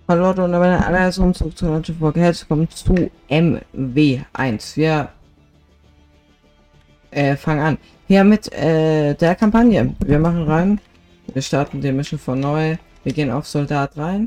Hallo Leute und meine allererste Umzug zu neuen Folge. Herzlich willkommen zu MW1. Wir fangen an. Hier mit der Kampagne. Wir machen rein. Wir starten die Mission von neu. Wir gehen auf Soldat rein.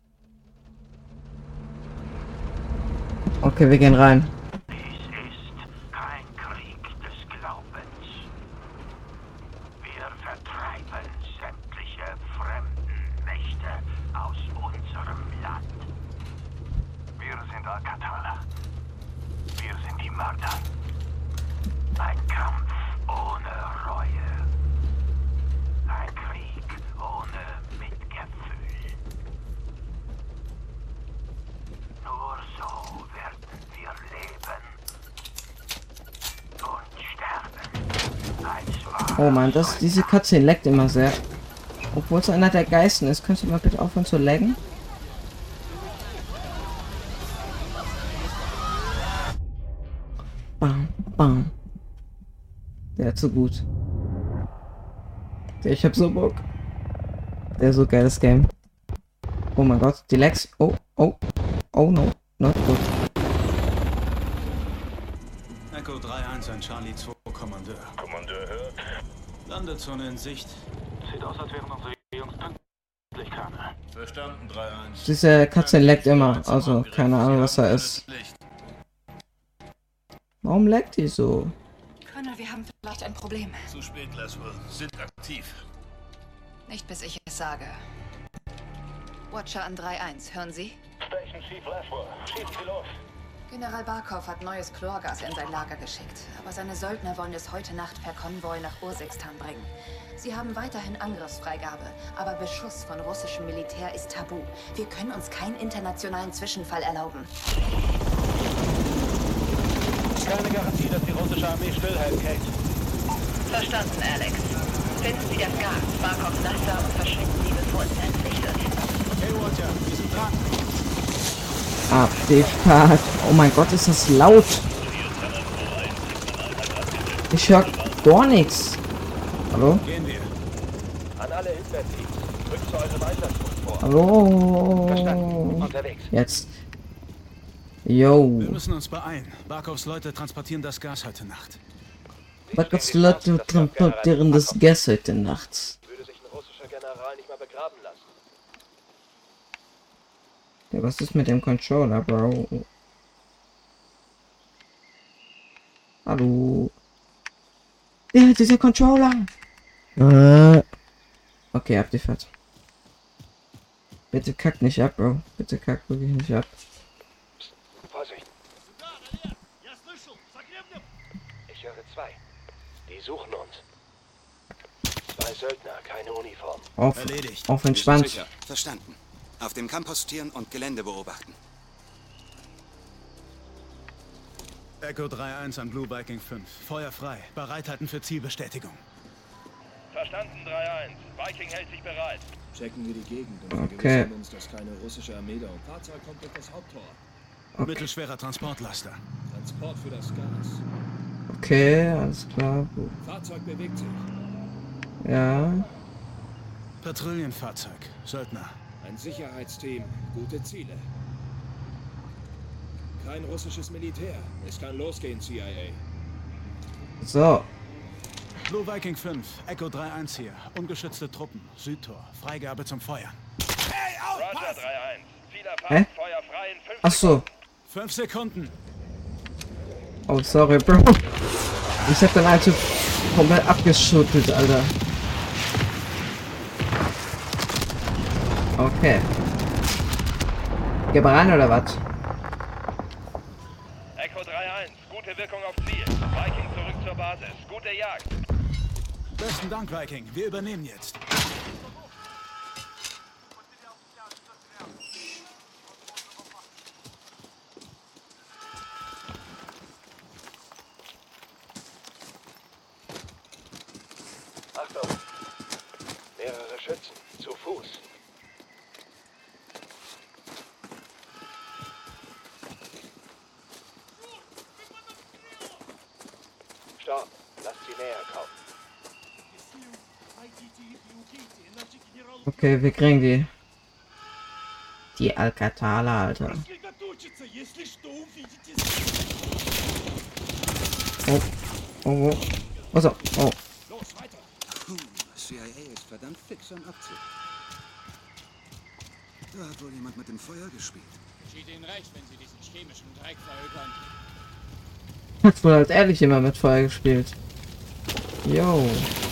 Okay, wir gehen rein. Dies ist kein Krieg des Glaubens. Wir vertreiben sämtliche fremden Mächte aus unserem Land. Wir sind Al-Qatala. Wir sind die Mörder. Ein Kampf ohne Reue. Ein Krieg ohne Mitgefühl. Nur so werden wir leben und sterben als Oh man, diese Katze leckt immer sehr. Obwohl es einer der Geisten ist. Könntest du mal bitte aufhören zu laggen? Bam, bam. Der hat so gut. Ich hab so Bock. Der ist so geiles Game. Oh mein Gott, die Lags. Oh, oh, oh no, not good. Echo 3-1 an Charlie 2, Kommandeur. Kommandeur hört. Landezone in Sicht. Sieht aus, als wären unsere Jungs pünktlich, Körner. Verstanden, 3-1. Diese Katze leckt immer, also keine Ahnung was da ist. Warum leckt die so? Colonel, wir haben vielleicht ein Problem. Zu spät, Laswell. Sind aktiv. Nicht bis ich es sage. Watcher an 3-1, hören Sie? Station Chief Laswell, schießen Sie los. General Barkov hat neues Chlorgas in sein Lager geschickt, aber seine Söldner wollen es heute Nacht per Konvoi nach Ursikstan bringen. Sie haben weiterhin Angriffsfreigabe, aber Beschuss von russischem Militär ist tabu. Wir können uns keinen internationalen Zwischenfall erlauben. Keine Garantie, dass die russische Armee stillhält, Kate. Verstanden, Alex. Finden Sie das Gas, Barkovs Laster und verschwinden Sie, bevor es endlich wird. Okay, Watcher, wir sind dran. Ab die Fahrt. Oh mein Gott, ist das laut. Ich höre gar nichts. Hallo? Gehen wir. An alle Hilfsteams, rückt zu eurem Einsatzpunkt vor. Hallo? Verstanden, unterwegs. Jetzt. Yo. Wir müssen uns beeilen. Barkovs Leute transportieren das Gas heute Nacht. Was gibt's Leute transportieren das Gas heute nachts? Würde sich ein russischer General nicht mal begraben lassen. Ja, was ist mit dem Controller, Bro? Hallo? Ja, dieser Controller! Okay, ab die Fahrt. Bitte kack nicht ab, Bro. Bitte kack wirklich nicht ab. Vorsicht. Ich höre zwei. Die suchen uns. Zwei Söldner, keine Uniform. Erledigt. Auf entspannt. Sicher. Verstanden. Auf dem Camp postieren und Gelände beobachten. Echo 3-1 an Blue Viking 5. Feuer frei. Bereithalten für Zielbestätigung. Verstanden, 3-1. Viking hält sich bereit. Checken wir die Gegend und Okay. vergewissern uns, dass keine russische Armee da und Fahrzeug kommt durch das Haupttor. Mittelschwerer Transportlaster. Transport für das Gas. Okay, alles klar. Fahrzeug bewegt sich. Ja. Patrouillenfahrzeug. Söldner. Ein Sicherheitsteam. Gute Ziele. Kein russisches Militär. Es kann losgehen, CIA. So. Blue Viking 5. Echo 3-1 hier. Ungeschützte Truppen. Südtor. Freigabe zum Feuern. Roger, 3-1. Viel Hä? Erfahrung, Feuer frei in 5 Ach so. 5 Sekunden. Oh, sorry, Bro. Ich hab dann also komplett abgeschüttelt, Alter. Okay. Geh mal rein, oder was? Echo 3-1. Gute Wirkung auf Ziel. Viking zurück zur Basis. Gute Jagd. Besten Dank, Viking. Wir übernehmen jetzt. Achtung. Mehrere Schützen. Zu Fuß. Stopp. Lasst sie näher kommen. Okay, wir kriegen die. Die Alcatala, Alter. Oh. Oh. Also. Oh. CIA ist verdammt fix am Abzug. Da hat wohl jemand mit dem Feuer gespielt. Geschieht Ihnen recht, wenn Sie diesen chemischen Dreck verhökern. Hat wohl halt ehrlich immer mit Feuer gespielt. Yo.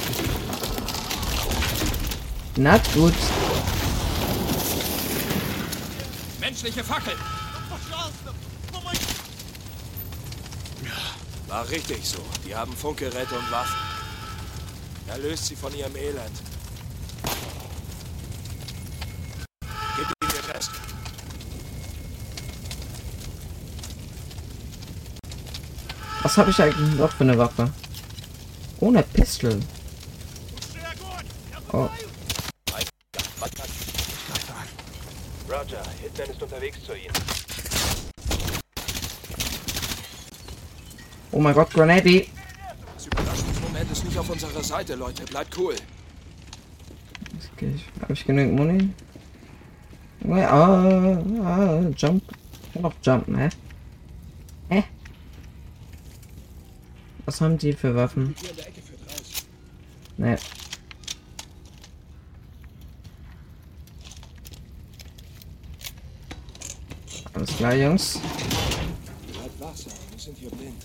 Not gut. Menschliche Fackel! War richtig so. Die haben Funkgeräte und Waffen. Erlöst sie von ihrem Elend. Gib ihnen den Rest. Was habe ich eigentlich noch für eine Waffe? Ohne Pistol. Oh. Roger, Hitman ist unterwegs zu Ihnen. Oh mein Gott, Grenade. Das Überraschungsmoment ist nicht auf unserer Seite, Leute. Bleibt cool. Okay, habe ich genügend Muni? Jump. Ich kann noch jumpen, hä? Hä? Was haben die für Waffen? Ne. Alles klar, Jungs. Bleibt wachsam, wir sind hier blind.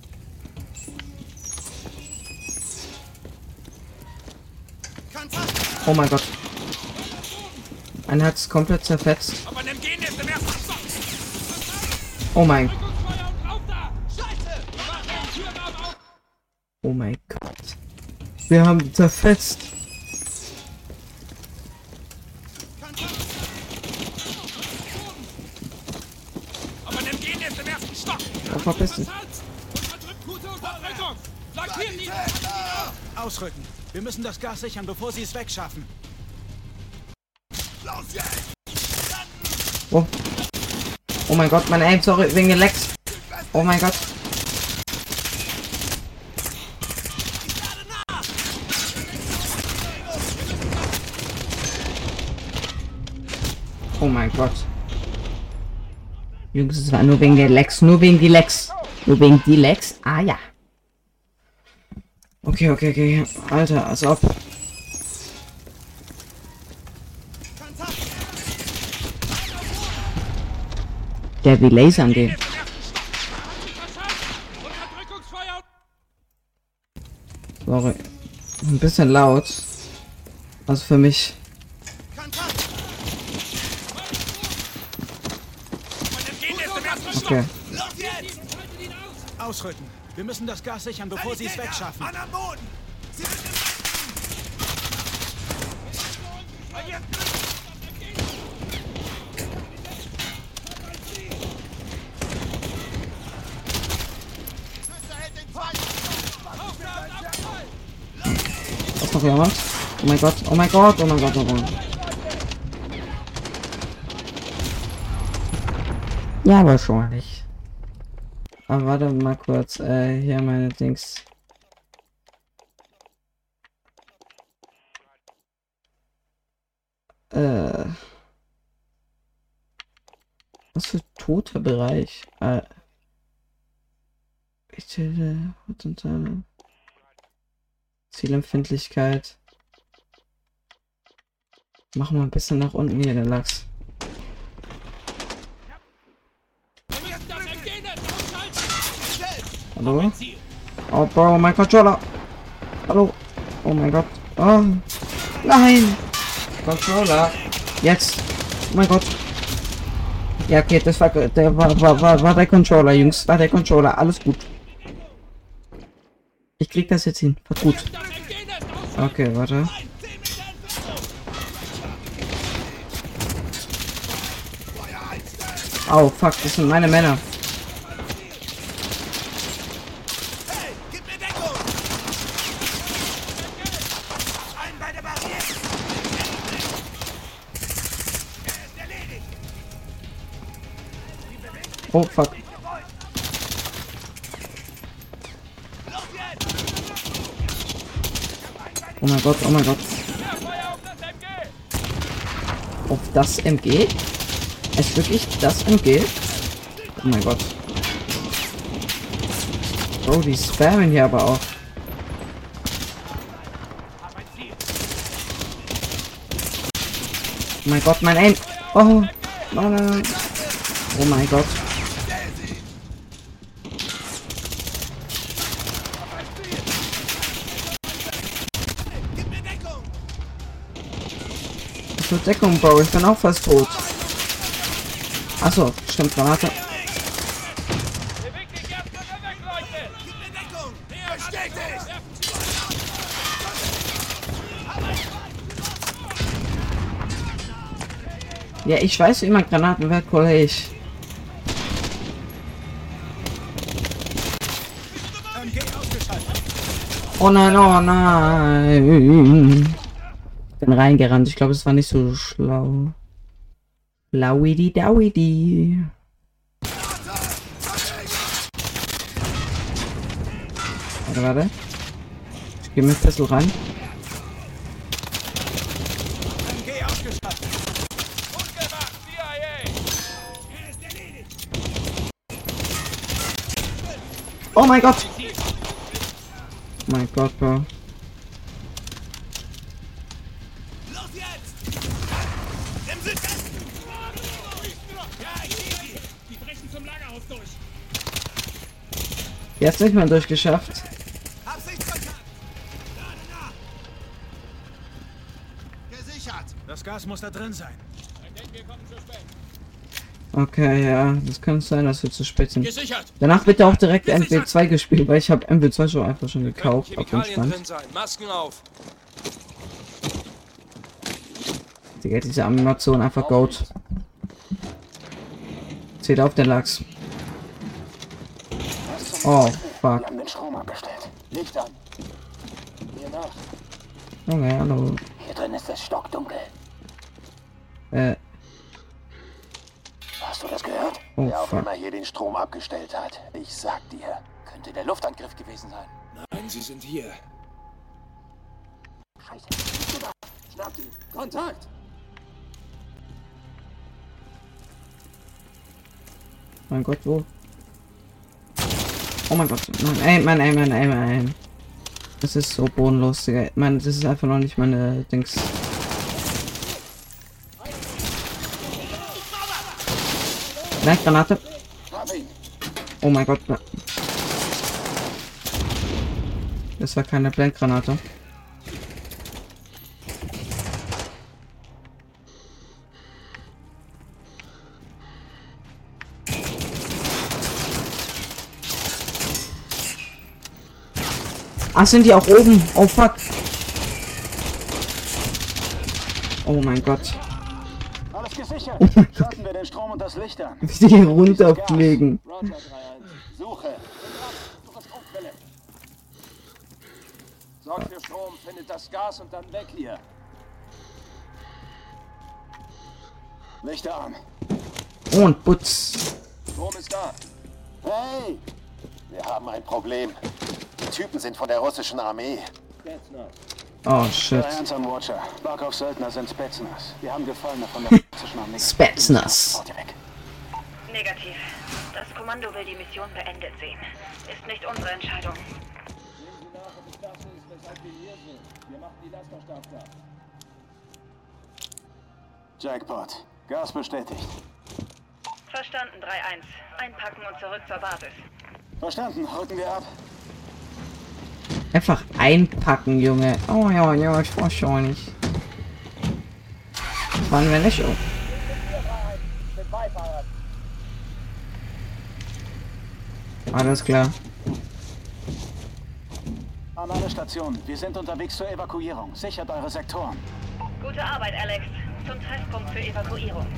Oh mein Gott. Einer hat es komplett zerfetzt. Aber nimm gehen jetzt im ersten Stock! Oh mein. Rückungsfeuer und rauf da! Scheiße! Oh mein Gott. Wir haben zerfetzt. Aber nimm gehen jetzt im ersten Stock! Oh, verpiss dich. Unterdrückt gute Unterdrückung! Flankiert ihn! Ausrücken. Wir müssen das Gas sichern, bevor sie es wegschaffen. Oh. Oh mein Gott, mein Aim, sorry, wegen den Lecks. Oh mein Gott. Oh mein Gott. Jungs, es war nur wegen der Lecks, nur wegen die Lecks. Nur wegen die Lecks? Ah ja. Okay. Alter, also ob. Der will lasern gehen. Sorry. Ein bisschen laut. Also für mich. Okay. Ausrücken. Wir müssen das Gas sichern, bevor sie es wegschaffen. Ist noch jemand? Oh mein Gott, oh mein Gott, oh mein Gott, oh mein Gott. Ja, wahrscheinlich. Aber warte mal kurz, hier meine Dings. Was für toter Bereich? Horizontale Zielempfindlichkeit. Machen wir ein bisschen nach unten hier, der Lachs. Hallo? Oh, Bro, mein Controller. Hallo? Oh mein Gott. Oh. Nein! Controller. Jetzt. Oh mein Gott. Ja, okay, das war der Controller, Jungs. War der Controller. Alles gut. Ich krieg das jetzt hin. War gut. Okay, warte. Oh, fuck, das sind meine Männer. Oh, fuck. Oh mein Gott, oh mein Gott. Auf das MG? Ist wirklich das MG? Oh mein Gott. Oh, die spammen hier aber auch. Oh mein Gott, mein Aim. Oh, nein. Oh mein Gott. Ich will Deckung, Bro. Ich bin auch fast tot. Achso, stimmt, Granate. Ja, ich weiß, wie man Granaten werft, Kollege. Oh nein, oh nein. Ich bin reingerannt. Ich glaube, es war nicht so schlau. Lauidi Dauidi. Warte. Ich gehe mit Pistol rein. Oh mein Gott! Mein Gott, Bro. Jetzt nicht mehr durchgeschafft. Das Gas muss da drin sein. Okay, ja, das kann sein, dass wir zu spät sind. Danach wird auch direkt MW2 gespielt, weil ich habe MW2 schon einfach schon gekauft. Auf dem Stand. Masken auf. Digga, diese Animation einfach Goat. Zählt auf den Lachs. Oh, fuck. Wir haben den Strom abgestellt. Licht an. Hier nach. Junge, hallo. Hier drin ist es stockdunkel. Hast du das gehört? Oh, Wer auch fuck. immer hier den Strom abgestellt hat. Ich sag dir, könnte der Luftangriff gewesen sein. Nein, sie sind hier. Scheiße. Bist du da? Schnapp ihn. Kontakt! Mein Gott, wo? Oh mein Gott. Nein, das ist so bodenlos, Digga. Ich meine, das ist einfach noch nicht meine Dings. Granate. Oh mein Gott. Das war keine Blendgranate. Ach, sind die auch oben? Oh fuck. Oh mein Gott. Alles gesichert. Oh mein Gott. Schalten wir den Strom und das Licht an. Wie die runterfliegen. Roger 3-1. Suche. Suche Stromquelle. Sorgt für Strom, findet das Gas und dann weg hier. Lichter an. Und Putz. Strom ist da. Hey! Wir haben ein Problem. Die Typen sind von der russischen Armee. Oh shit. 3-1 an Watcher. Barkov Söldner sind Spetsnaz. Wir haben Gefallene von der russischen Armee. Spetsnaz. Negativ. Das Kommando will die Mission beendet sehen. Ist nicht unsere Entscheidung. Jackpot. Gas bestätigt. Verstanden, 3-1. Einpacken und zurück zur Basis. Verstanden. Rücken wir ab. Einfach einpacken, Junge. Oh ja, ja, ich weiß schon nicht. Waren wir nicht? Oh. Alles klar. An alle Stationen. Wir sind unterwegs zur Evakuierung. Sichert eure Sektoren. Gute Arbeit, Alex. Zum Treffpunkt für Evakuierung.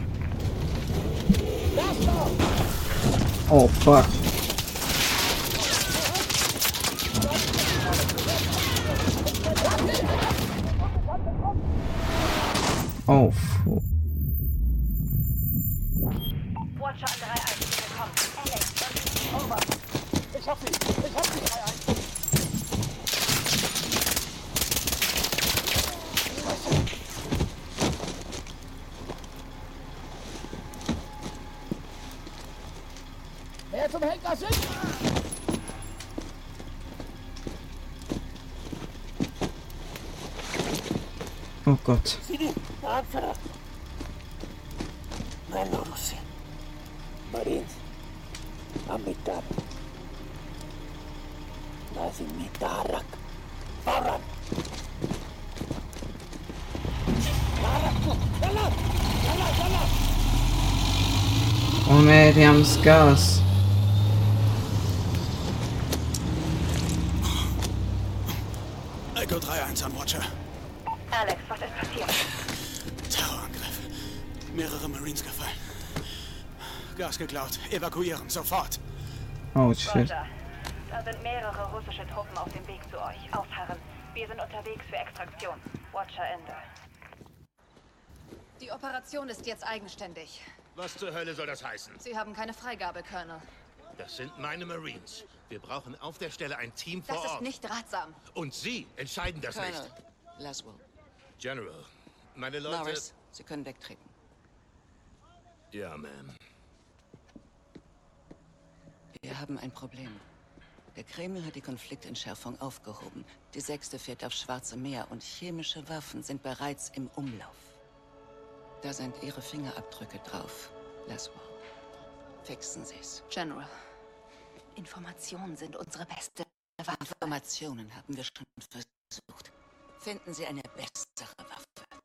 Oh fuck. Oh, Watcher an 3-1 willkommen. Alex, over. Ich hab sie. Ich hab sie. 3-1. wer zum Henker sind? Oh Gott. Marines. Amitab. Nazimitarak. Faran. Oh ne, die haben das Gas. Echo 3-1 am Watcher. Alex, was ist passiert? Terrorangriff. Mehrere Marines gefallen. Gas geklaut. Evakuieren, sofort. Oh shit. Roger. Da sind mehrere russische Truppen auf dem Weg zu euch. Ausharren. Wir sind unterwegs für Extraktion. Watcher Ende. Die Operation ist jetzt eigenständig. Was zur Hölle soll das heißen? Sie haben keine Freigabe, Colonel. Das sind meine Marines. Wir brauchen auf der Stelle ein Team vor Das ist Ort. nicht ratsam. Und Sie entscheiden das Colonel nicht. Laswell. General, meine Leute... Norris, Sie können wegtreten. Ja, Ma'am. Wir haben ein Problem. Der Kreml hat die Konfliktentschärfung aufgehoben. Die 6. fährt aufs Schwarze Meer und chemische Waffen sind bereits im Umlauf. Da sind Ihre Fingerabdrücke drauf, Laswell. Fixen Sie's. General, Informationen sind unsere beste Waffe. Informationen haben wir schon versucht. Finden Sie eine bessere Waffe.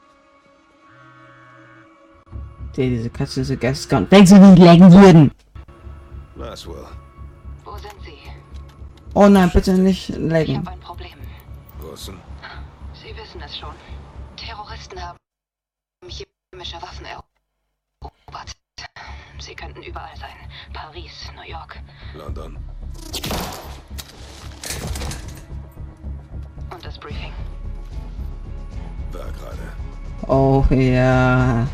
Diese Katze, diese Geisteskrank. Wenn sie nicht lecken würden! Laswell. Wo sind Sie? Oh nein, bitte nicht Ich lecken. habe ein Problem. Russen. Sie wissen es schon. Terroristen haben chemische Waffen erobert. Sie könnten überall sein. Paris, New York. London. Und das Briefing. Da gerade. Oh ja.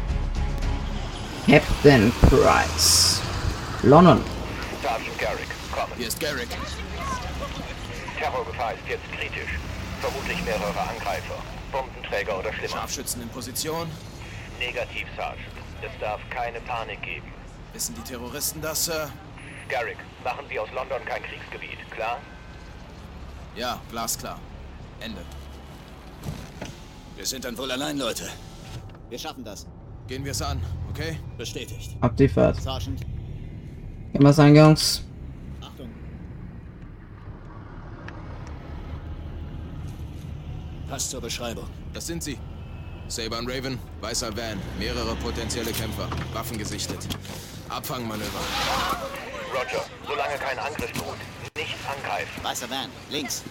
Captain Price. London. Sergeant Garrick, kommen. Hier ist Garrick. Terrorgefahr ist jetzt kritisch. Vermutlich mehrere Angreifer. Bombenträger oder schlimmer. Scharfschützen in Position. Negativ, Sergeant. Es darf keine Panik geben. Wissen die Terroristen das, Sir? Garrick, machen Sie aus London kein Kriegsgebiet, klar? Ja, glasklar. Ende. Wir sind dann wohl allein, Leute. Wir schaffen das. Gehen wir es an, okay? Bestätigt. Ab die Fahrt. Sergeant, Gehen wir's an, Jungs. Achtung. Passt zur Beschreibung. Das sind sie. Saber und Raven, weißer Van, mehrere potenzielle Kämpfer, Waffen gesichtet. Abfangmanöver. Roger, solange kein Angriff droht, nicht angreifen. Weißer Van, links.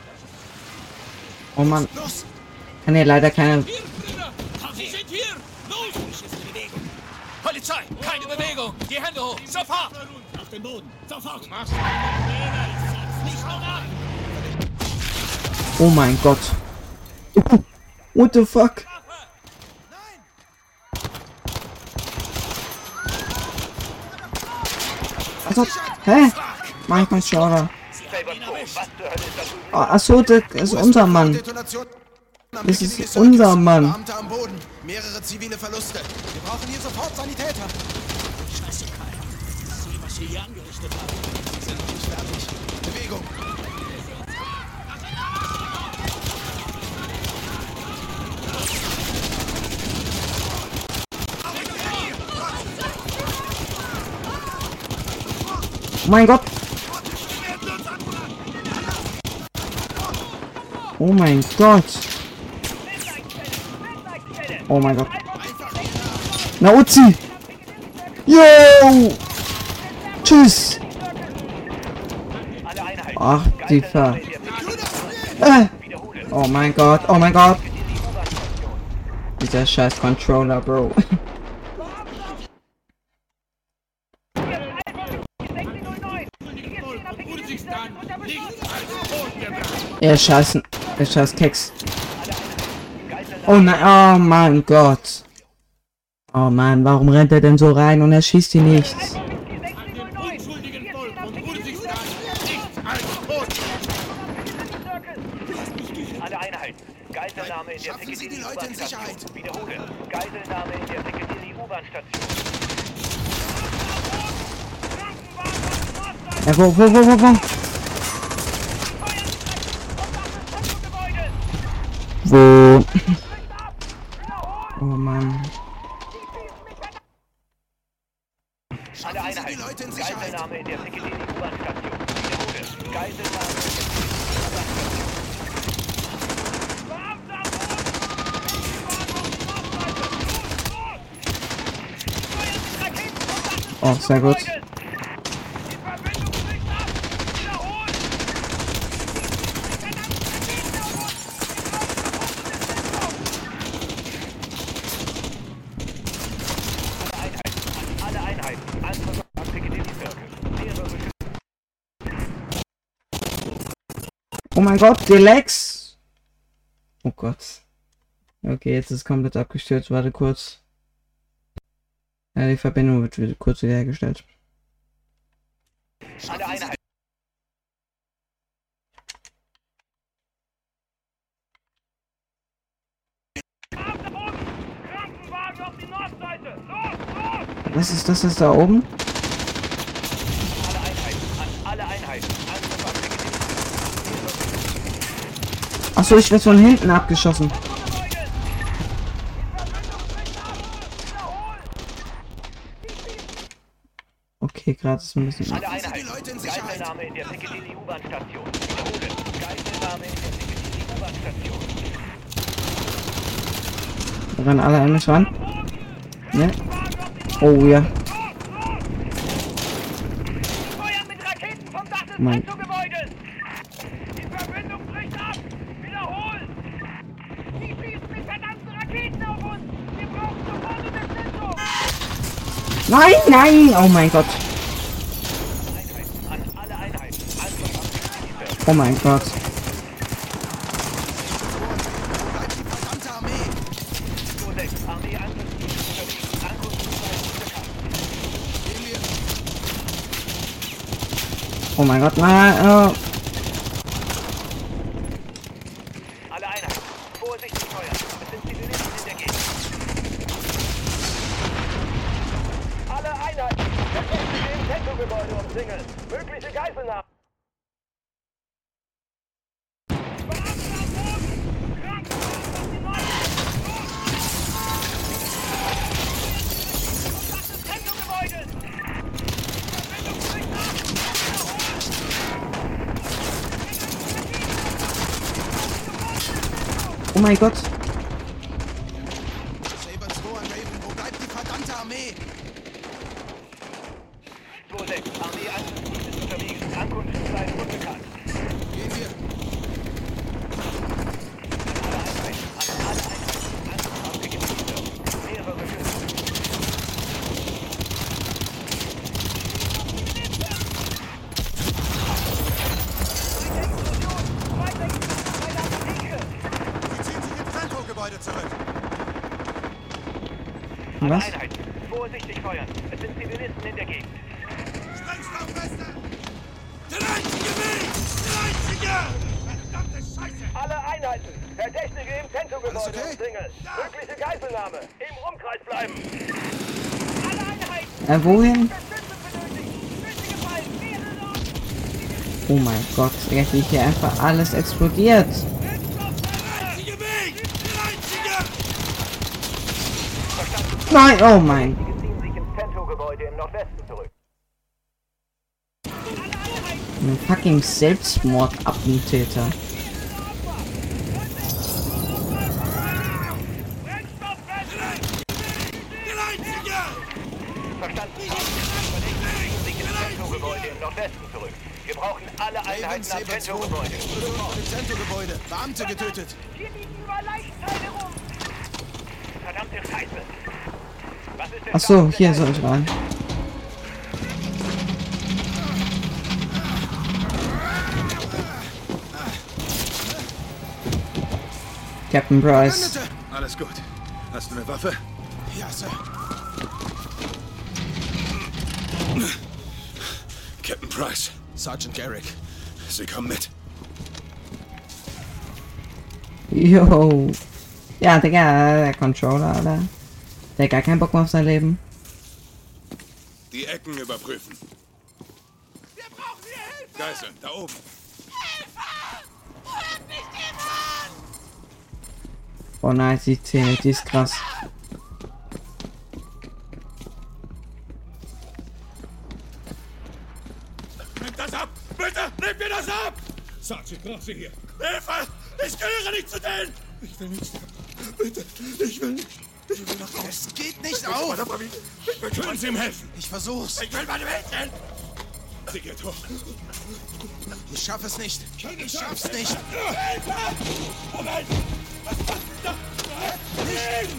Oh Mann. Kann hier leider keine... Sie sind hier! Los! Polizei! Keine Bewegung! Die Hände hoch! Sofort! Auf den Boden! Sofort! Nicht ab! Oh mein Gott. What the fuck? Also, hä? Mein Controller. Oh, achso, das ist unser Mann. Das ist unser Mann. Beamte am Boden, mehrere zivile Verluste. Wir brauchen hier sofort Sanitäter. Scheiße, Kai. Sieh, was Sie hier angerichtet haben. Sie sind noch nicht fertig. Bewegung. Oh mein Gott. Oh mein Gott. Oh mein Gott. Na Uzi. Yo. Tschüss. Ach, die Ver... Oh mein Gott. Oh mein Gott. Dieser scheiß Controller, Bro. Er scheißen. Er scheiß Keks. Oh nein. Oh mein Gott. Oh Mann, warum rennt er denn so rein und er schießt ihn nicht? Alle Einheiten. Geiselnahme in der Piccadilly U-Bahn-Station. Wiederhole. Geiselnahme in der Piccadilly U-Bahn-Station. Wo? Wo? Oh Mann. Alle Einheiten. Geiselnahme in der Piccadilly-U-Bahn-Station. Wiederhole. Geiselnahme in der Piccadilly-U-Bahn-Station. Oh, sehr gut. Oh mein Gott, die Legs! Oh Gott. Okay, jetzt ist es komplett abgestürzt. Warte kurz. Ja, die Verbindung wird wieder kurz wiederhergestellt. Alle Einheiten. Was ist das da oben? Alle Einheiten. Achso, ich werde von hinten abgeschossen. Okay, gerade ist ein bisschen... Alle Einheiten. Geiselnahme in der Piccadilly-U-Bahn-Station. Wiederhole. Geiselnahme in der Piccadilly-U-Bahn-Station. Wir rennen alle an mich ran. Ne? Oh ja. Mein... Die Verbindung bricht ab! Wiederholen! Die schießen mit verdammten Raketen auf uns! Wir brauchen sofort Unterstützung! Nein! Oh mein Gott! Alle Einheiten! Oh mein Gott! Oh mein Gott, nein! Oh. Alle Einheiten! Vorsichtig feuern! Es sind Zivilisten in der Gegend! Alle Einheiten! Verdächtige im Ghetto-Gebäude umzingeln! Mögliche Geiselnahme! Oh mein Gott! Saber 2 an Raven, wo bleibt die verdammte Armee? 2-6, Armee-Angriffsteam ist unterwegs. Ankunftszeit unbekannt. Gehen wir. Alle Einheiten. Angriff auf Piccadilly. Mehrere Schüsse. Zurück. Was? Einheiten, vorsichtig feuern. Es sind Zivilisten in der Gegend. Sprengstoffweste! Der einzige Weg! Der einzige! Verdammte Scheiße! Alle Einheiten, Verdächtige im Zentrum-Gebäude Alles okay? umzingeln. Mögliche Geiselnahme. Im Umkreis bleiben. Alle Einheiten. Wohin? Unterstützung benötigt. Flüchtige Fallen. Mehrere. Oh mein Gott, jetzt ist hier einfach alles explodiert. Nein, oh mein. Sie ziehen sich ins Zentrum-Gebäude im Nordwesten zurück. Ein fucking Selbstmord-Attentäter. Verstanden. Ziehen sich ins Zentrum-Gebäude im Nordwesten zurück. Wir brauchen alle Einheiten am Zentrum-Gebäude. Im Zentrum-Gebäude. Beamte getötet. Hier liegen überall Leichenteile rum. Verdammte Scheiße. Was ist denn Ach so, da? hier soll ich rein. Captain Price. Alles gut. Hast du eine Waffe? Ja, Sir. Captain Price, Sergeant Garrick. Sie kommen mit. Yo. Ja, Digga, der Controller, Alter. Der hat gar keinen Bock mehr auf sein Leben. Die Ecken überprüfen. Wir brauchen Geiseln, da oben. Oh nein, die Szene, die ist krass. Nimm das ab! Bitte, nimm mir das ab! Sarge, ich brauche Sie hier. Hilfe! Ich gehöre nicht zu denen! Ich will nicht sterben. Bitte, ich will nicht. Ich will nach Hause. Es geht nicht Ich auf! meiner Familie. Ich will Können Sie ihm helfen? Ich versuch's. Ich will meine Mädchen! Sie geht hoch. Ich schaff es nicht. Keine Ich Chance. schaff's nicht. Hilfe! Moment! Was machst du da? Nein!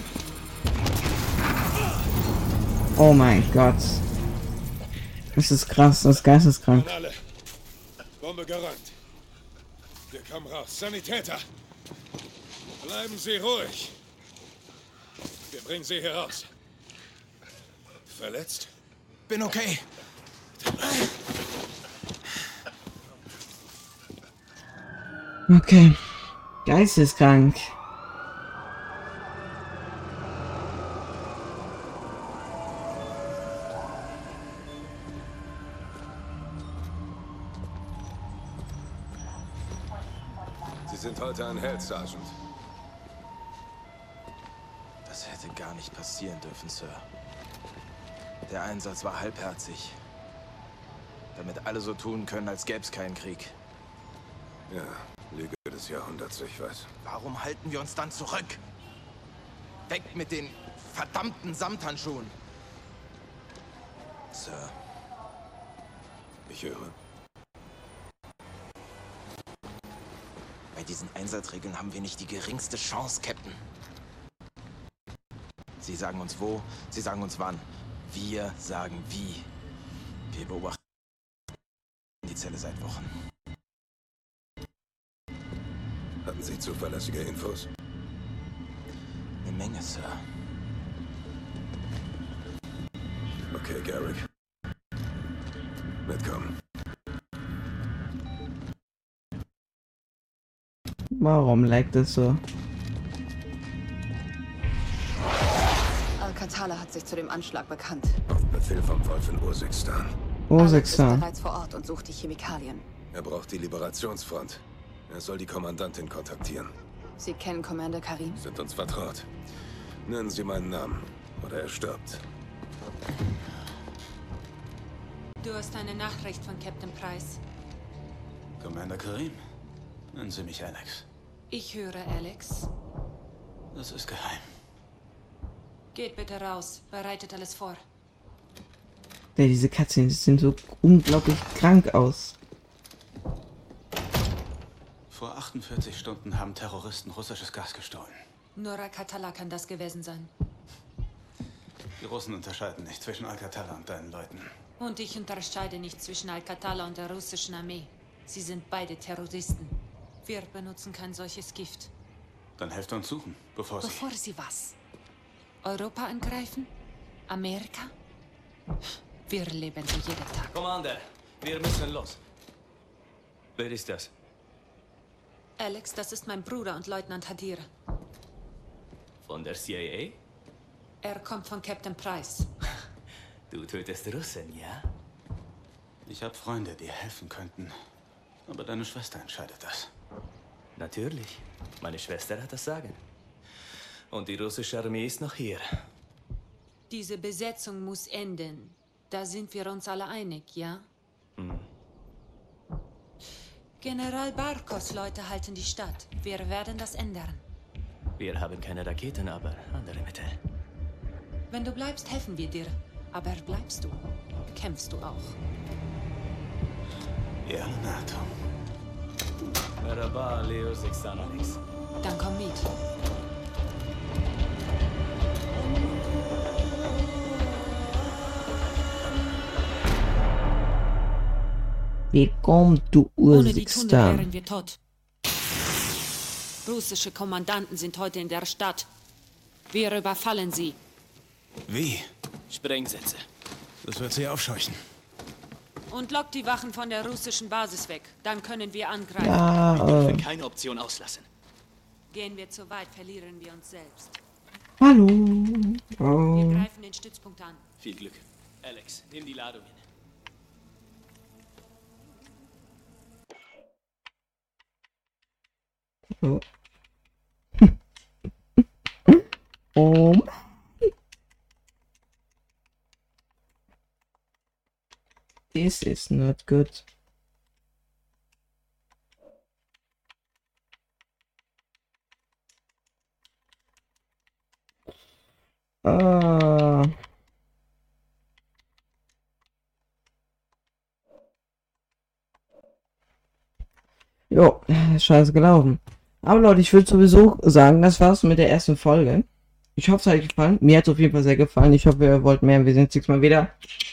Oh mein Gott. Das ist krass, das ist geisteskrank. An alle. Bombe geräumt. Wir kommen raus. Sanitäter. Bleiben Sie ruhig. Wir bringen Sie hier raus. Verletzt? Bin okay. Okay. Geisteskrank. Sie sind heute ein Held, Sergeant. Das hätte gar nicht passieren dürfen, Sir. Der Einsatz war halbherzig. Damit alle so tun können, als gäbe es keinen Krieg. Ja, Lüge des Jahrhunderts, ich weiß. Warum halten wir uns dann zurück? Weg mit den verdammten Samthandschuhen! Sir, Ich höre. bei diesen Einsatzregeln haben wir nicht die geringste Chance, Captain. Sie sagen uns wo, sie sagen uns wann. Wir sagen wie. Wir beobachten die Zelle seit Wochen. Hatten Sie zuverlässige Infos? Eine Menge, Sir. Okay, Garrick. Mitkommen. Warum lag das so? Al-Qatala hat sich zu dem Anschlag bekannt. Auf Befehl vom Wolf in Urzikstan. Oh, Alex ist 6er. bereits vor Ort und sucht die Chemikalien. Er braucht die Liberationsfront. Er soll die Kommandantin kontaktieren. Sie kennen Commander Karim? Sind uns vertraut. Nennen Sie meinen Namen, oder er stirbt. Du hast eine Nachricht von Captain Price. Commander Karim, nennen Sie mich Alex. Ich höre Alex. Das ist geheim. Geht bitte raus. Bereitet alles vor. Ja, diese Cutscenes sehen so unglaublich krank aus. Vor 48 Stunden haben Terroristen russisches Gas gestohlen. Nur Al-Qatala kann das gewesen sein. Die Russen unterscheiden nicht zwischen Al-Qatala und deinen Leuten. Und ich unterscheide nicht zwischen Al-Qatala und der russischen Armee. Sie sind beide Terroristen. Wir benutzen kein solches Gift. Dann helft uns suchen, bevor Sie was? Europa angreifen? Amerika? Wir leben so jeden Tag. Commander, wir müssen los. Wer ist das? Alex, das ist mein Bruder und Leutnant Hadir. Von der CIA? Er kommt von Captain Price. Du tötest Russen, ja? Ich habe Freunde, die helfen könnten. Aber deine Schwester entscheidet das. Natürlich. Meine Schwester hat das Sagen. Und die russische Armee ist noch hier. Diese Besetzung muss enden. Da sind wir uns alle einig, ja? Hm. General Barkos Leute halten die Stadt. Wir werden das ändern. Wir haben keine Raketen, aber andere Mittel. Wenn du bleibst, helfen wir dir. Aber bleibst du, kämpfst du auch. Ja, NATO. Merhaba, Leo Sixtan Alex. Dann komm mit. Willkommen to Ohne die Tunnel Urzikstan. wären wir tot. Russische Kommandanten sind heute in der Stadt. Wir überfallen sie. Wie? Sprengsätze. Das wird sie aufscheuchen. Und lockt die Wachen von der russischen Basis weg. Dann können wir angreifen. Ja, Wir dürfen keine Option auslassen. Gehen wir zu weit, verlieren wir uns selbst. hallo. Wir Oh. greifen den Stützpunkt an. Viel Glück. Alex, nimm die Ladungen. Oh. Oh. This is not good. Jo, scheiße gelaufen. Aber Leute, ich würde sowieso sagen, das war's mit der ersten Folge. Ich hoffe, es hat euch gefallen. Mir hat es auf jeden Fall sehr gefallen. Ich hoffe, ihr wollt mehr. Wir sehen uns nächstes Mal wieder.